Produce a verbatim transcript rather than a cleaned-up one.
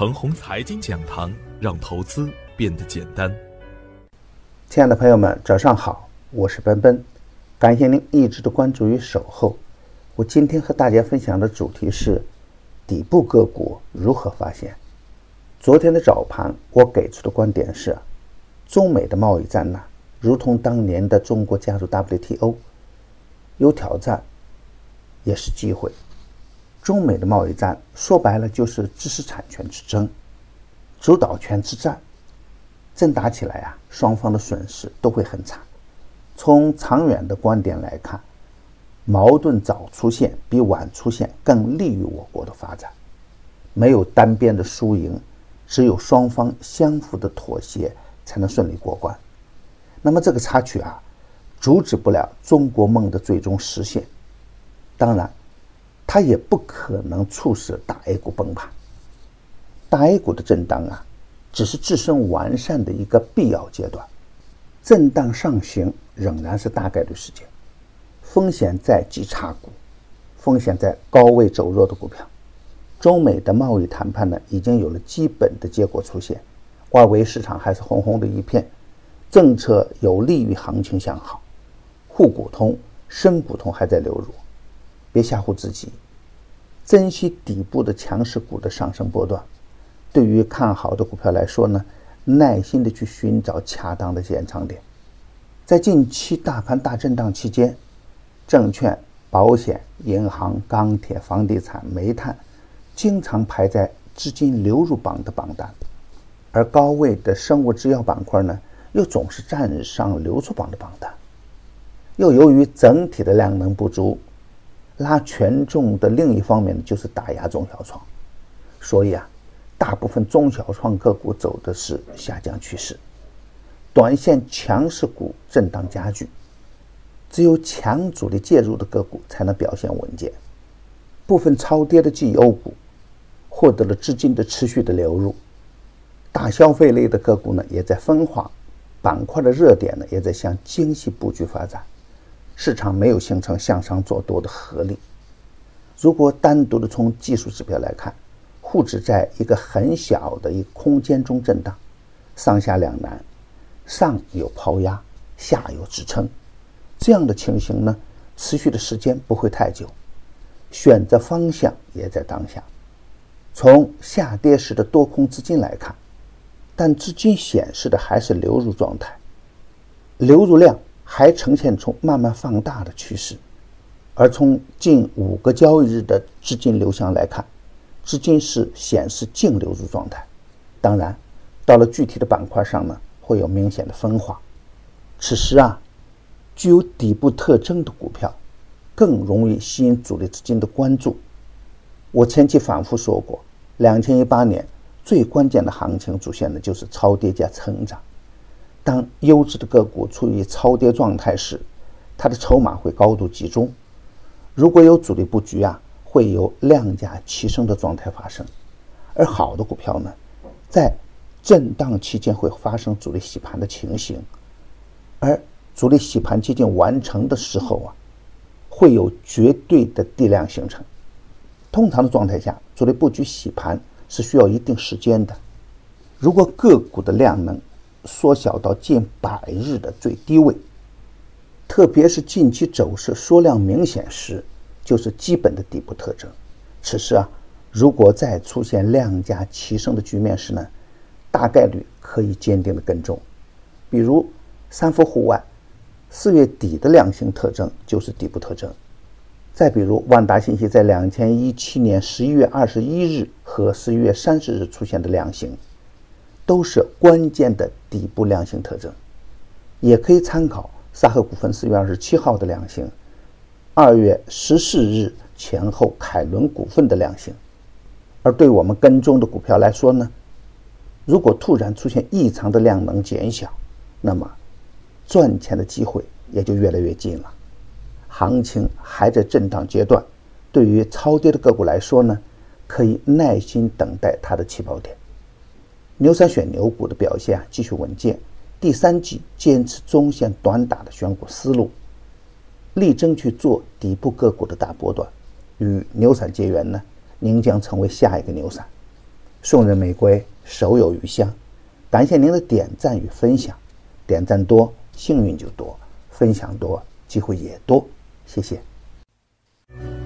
腾宏财经讲堂，让投资变得简单。 亲爱的朋友们，早上好，我是奔奔，感谢您一直的关注与守候。我今天和大家分享的主题是底部个股如何发现。昨天的早盘，我给出的观点是，中美的贸易战呢，如同当年的中国加入 W T O， 有挑战，也是机会。中美的贸易战说白了就是知识产权之争，主导权之战。真打起来啊，双方的损失都会很惨。从长远的观点来看，矛盾早出现比晚出现更利于我国的发展。没有单边的输赢，只有双方相互的妥协才能顺利过关。那么这个插曲啊，阻止不了中国梦的最终实现。当然，它也不可能促使大 A 股崩盘。大 A 股的震荡啊，只是自身完善的一个必要阶段，震荡上行仍然是大概率事件。风险在极差股，风险在高位走弱的股票。中美的贸易谈判呢，已经有了基本的结果出现，外围市场还是红红的一片，政策有利于行情向好，沪股通、深股通还在流入。别吓唬自己，珍惜底部的强势股的上升波段。对于看好的股票来说呢，耐心的去寻找恰当的建仓点。在近期大盘大震荡期间，证券、保险、银行、钢铁、房地产、煤炭经常排在资金流入榜的榜单，而高位的生物制药板块呢，又总是站上流出榜的榜单。又由于整体的量能不足，拉权重的另一方面就是打压中小创，所以啊，大部分中小创个股走的是下降趋势，短线强势股震荡加剧，只有强主力介入的个股才能表现稳健。部分超跌的绩优股获得了资金的持续的流入，大消费类的个股呢也在分化，板块的热点呢也在向精细布局发展。市场没有形成向上做多的合力。如果单独的从技术指标来看，沪指在一个很小的一个空间中震荡，上下两难，上有抛压，下有支撑，这样的情形呢，持续的时间不会太久，选择方向也在当下。从下跌时的多空资金来看，但资金显示的还是流入状态，流入量还呈现出慢慢放大的趋势。而从近五个交易日的资金流向来看，资金是显示净流入状态。当然，到了具体的板块上呢，会有明显的分化。此时啊，具有底部特征的股票更容易吸引主力资金的关注。我前期反复说过，二零一八年最关键的行情出现的就是超跌加成长。当优质的个股处于超跌状态时，它的筹码会高度集中。如果有主力布局啊，会有量价齐升的状态发生。而好的股票呢，在震荡期间会发生主力洗盘的情形，而主力洗盘接近完成的时候啊，会有绝对的地量形成。通常的状态下，主力布局洗盘是需要一定时间的。如果个股的量能缩小到近百日的最低位，特别是近期走势缩量明显时，就是基本的底部特征。此时啊，如果再出现量价齐升的局面时呢，大概率可以坚定的跟踪。比如三福户外四月底的量型特征就是底部特征。再比如万达信息在二零一七年十一月二十一日和十一月三十日出现的量型，都是关键的底部量型特征。也可以参考沙赫股份四月二十七号的量型，二月十四日前后凯伦股份的量型。而对我们跟踪的股票来说呢，如果突然出现异常的量能减小，那么赚钱的机会也就越来越近了。行情还在震荡阶段，对于超跌的个股来说呢，可以耐心等待它的起跑点。牛散选牛股的表现啊，继续稳健。第三季坚持中线短打的选股思路，力争去做底部个股的大波段。与牛散结缘呢，您将成为下一个牛散。 送人玫瑰，手有余香。感谢您的点赞与分享，点赞多，幸运就多；分享多，机会也多。谢谢。